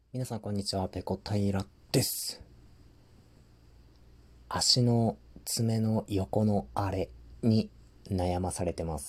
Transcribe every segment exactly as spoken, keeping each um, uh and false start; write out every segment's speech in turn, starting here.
皆さんこんにちは、ペコ平です。足の爪の横の荒れに悩まされてます。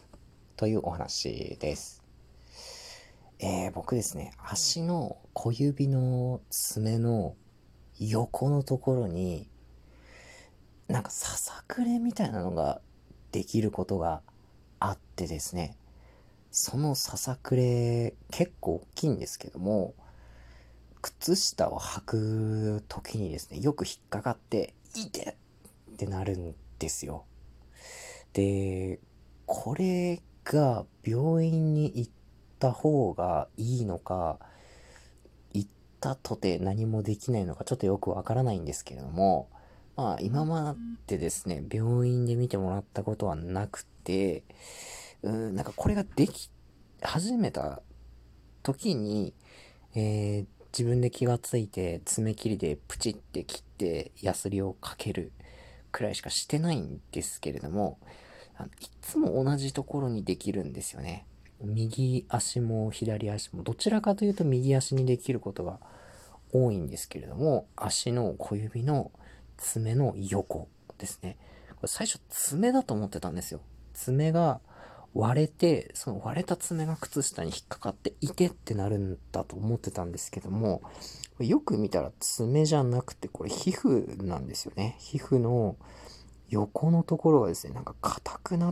というお話です。えー、僕ですね、足の小指の爪の横のところに、なんかささくれみたいなのができることがあってですね、そのささくれ結構大きいんですけども、靴下を履く時にですね、よく引っかかって、いてってなるんですよ。で、これが病院に行った方がいいのか、行ったとて何もできないのかちょっとよくわからないんですけれども、まあ今までですね、病院で見てもらったことはなくて、うーん、なんかこれができ始めた時に、えー自分で気がついて爪切りでプチって切ってヤスリをかけるくらいしかしてないんですけれども、あのいつも同じところにできるんですよね。右足も左足もどちらかというと右足にできることが多いんですけれども、足の小指の爪の横ですね。これ最初爪だと思ってたんですよ。爪が割れて、その割れた爪が靴下に引っかかって、いてってなるんだと思ってたんですけども、よく見たら爪じゃなくて、これ皮膚なんですよね。皮膚の横のところがですね、なんか硬くなって、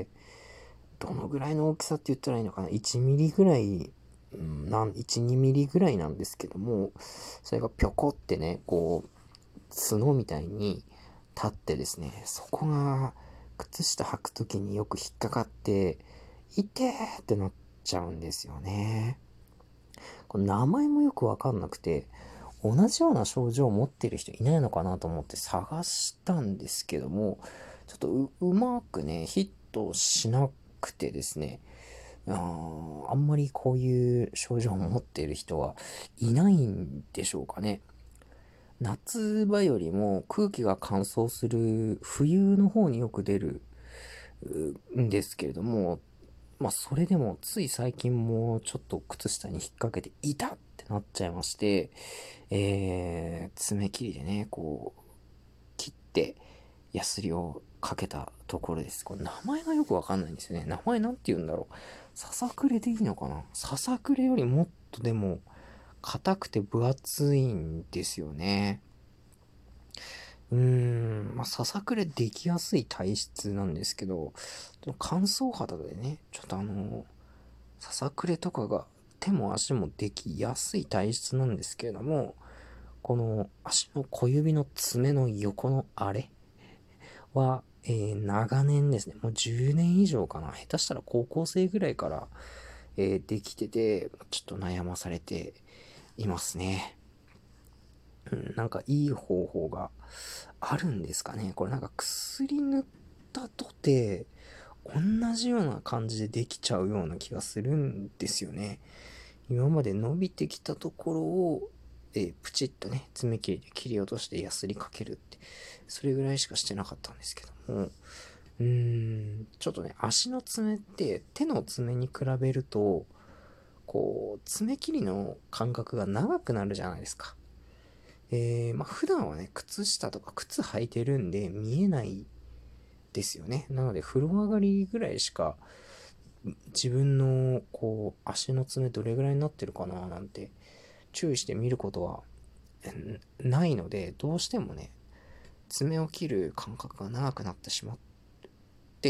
どのぐらいの大きさって言ったらいいのかな、いちミリぐらい、うん、なんいち、にミリぐらいなんですけども、それがぴょこってね、こう、角みたいに立ってですね、そこが靴下履くときによく引っかかって、いてーってなっちゃうんですよね。これ名前もよくわかんなくて、同じような症状を持っている人いないのかなと思って探したんですけども、ちょっと う, うまくね、ヒットしなくてですね、あーあんまりこういう症状を持っている人はいないんでしょうかね。夏場よりも空気が乾燥する冬の方によく出るんですけれども、まあそれでもつい最近もちょっと靴下に引っ掛けていたってなっちゃいまして、えー、爪切りでね、こう、切って、ヤスリをかけたところです。これ名前がよくわかんないんですよね。名前なんて言うんだろう。ささくれでいいのかな。ささくれよりもっとでも、硬くて分厚いんですよね。うーん、まあ、ささくれできやすい体質なんですけど、乾燥肌でね、ちょっとあの、ささくれとかが手も足もできやすい体質なんですけれども、この足の小指の爪の横のあれは、えー長年ですね、もうじゅうねん以上かな、下手したら高校生ぐらいから、えーできてて、ちょっと悩まされていますね。うん、なんかいい方法があるんですかね。これなんか薬塗ったとて、同じような感じでできちゃうような気がするんですよね。今まで伸びてきたところを、えープチッとね、爪切りで切り落としてヤスリかけるって、それぐらいしかしてなかったんですけども、うーん、ちょっとね、足の爪って手の爪に比べると、こう、爪切りの間隔が長くなるじゃないですか。えー、まあ普段はね、靴下とか靴履いてるんで見えないですよね。なので、風呂上がりぐらいしか自分のこう足の爪どれぐらいになってるかななんて注意して見ることはないので、どうしてもね、爪を切る間隔が長くなってしまって、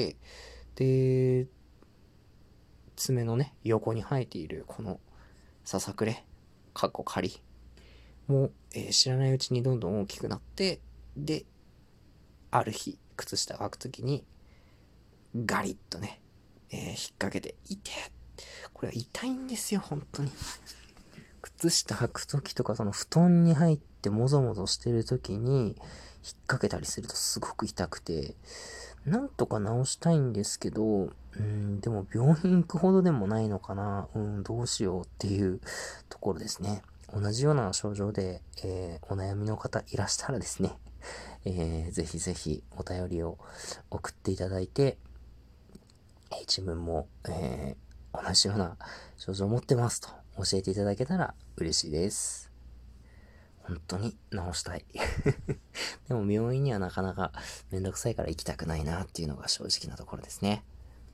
で、爪のね、横に生えているこのささくれ、かっこ仮も、えー知らないうちにどんどん大きくなって、で、ある日、靴下を履くときに、ガリッとね、えー引っ掛けて、いてこれは痛いんですよ、本当に。靴下履くときとか、その布団に入ってもぞもぞしてるときに、引っ掛けたりするとすごく痛くて、なんとか治したいんですけど、うん、でも病院行くほどでもないのかな、うん、どうしようっていうところですね。同じような症状で、えーお悩みの方いらしたらですね、えーぜひぜひお便りを送っていただいて、えー自分も、えー同じような症状を持ってますと教えていただけたら嬉しいです。本当に治したい。でも病院にはなかなかめんどくさいから行きたくないなっていうのが正直なところですね。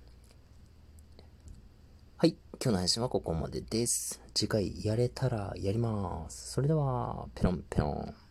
はい。今日の配信はここまでです。次回やれたらやります。それでは、ペロンペロン。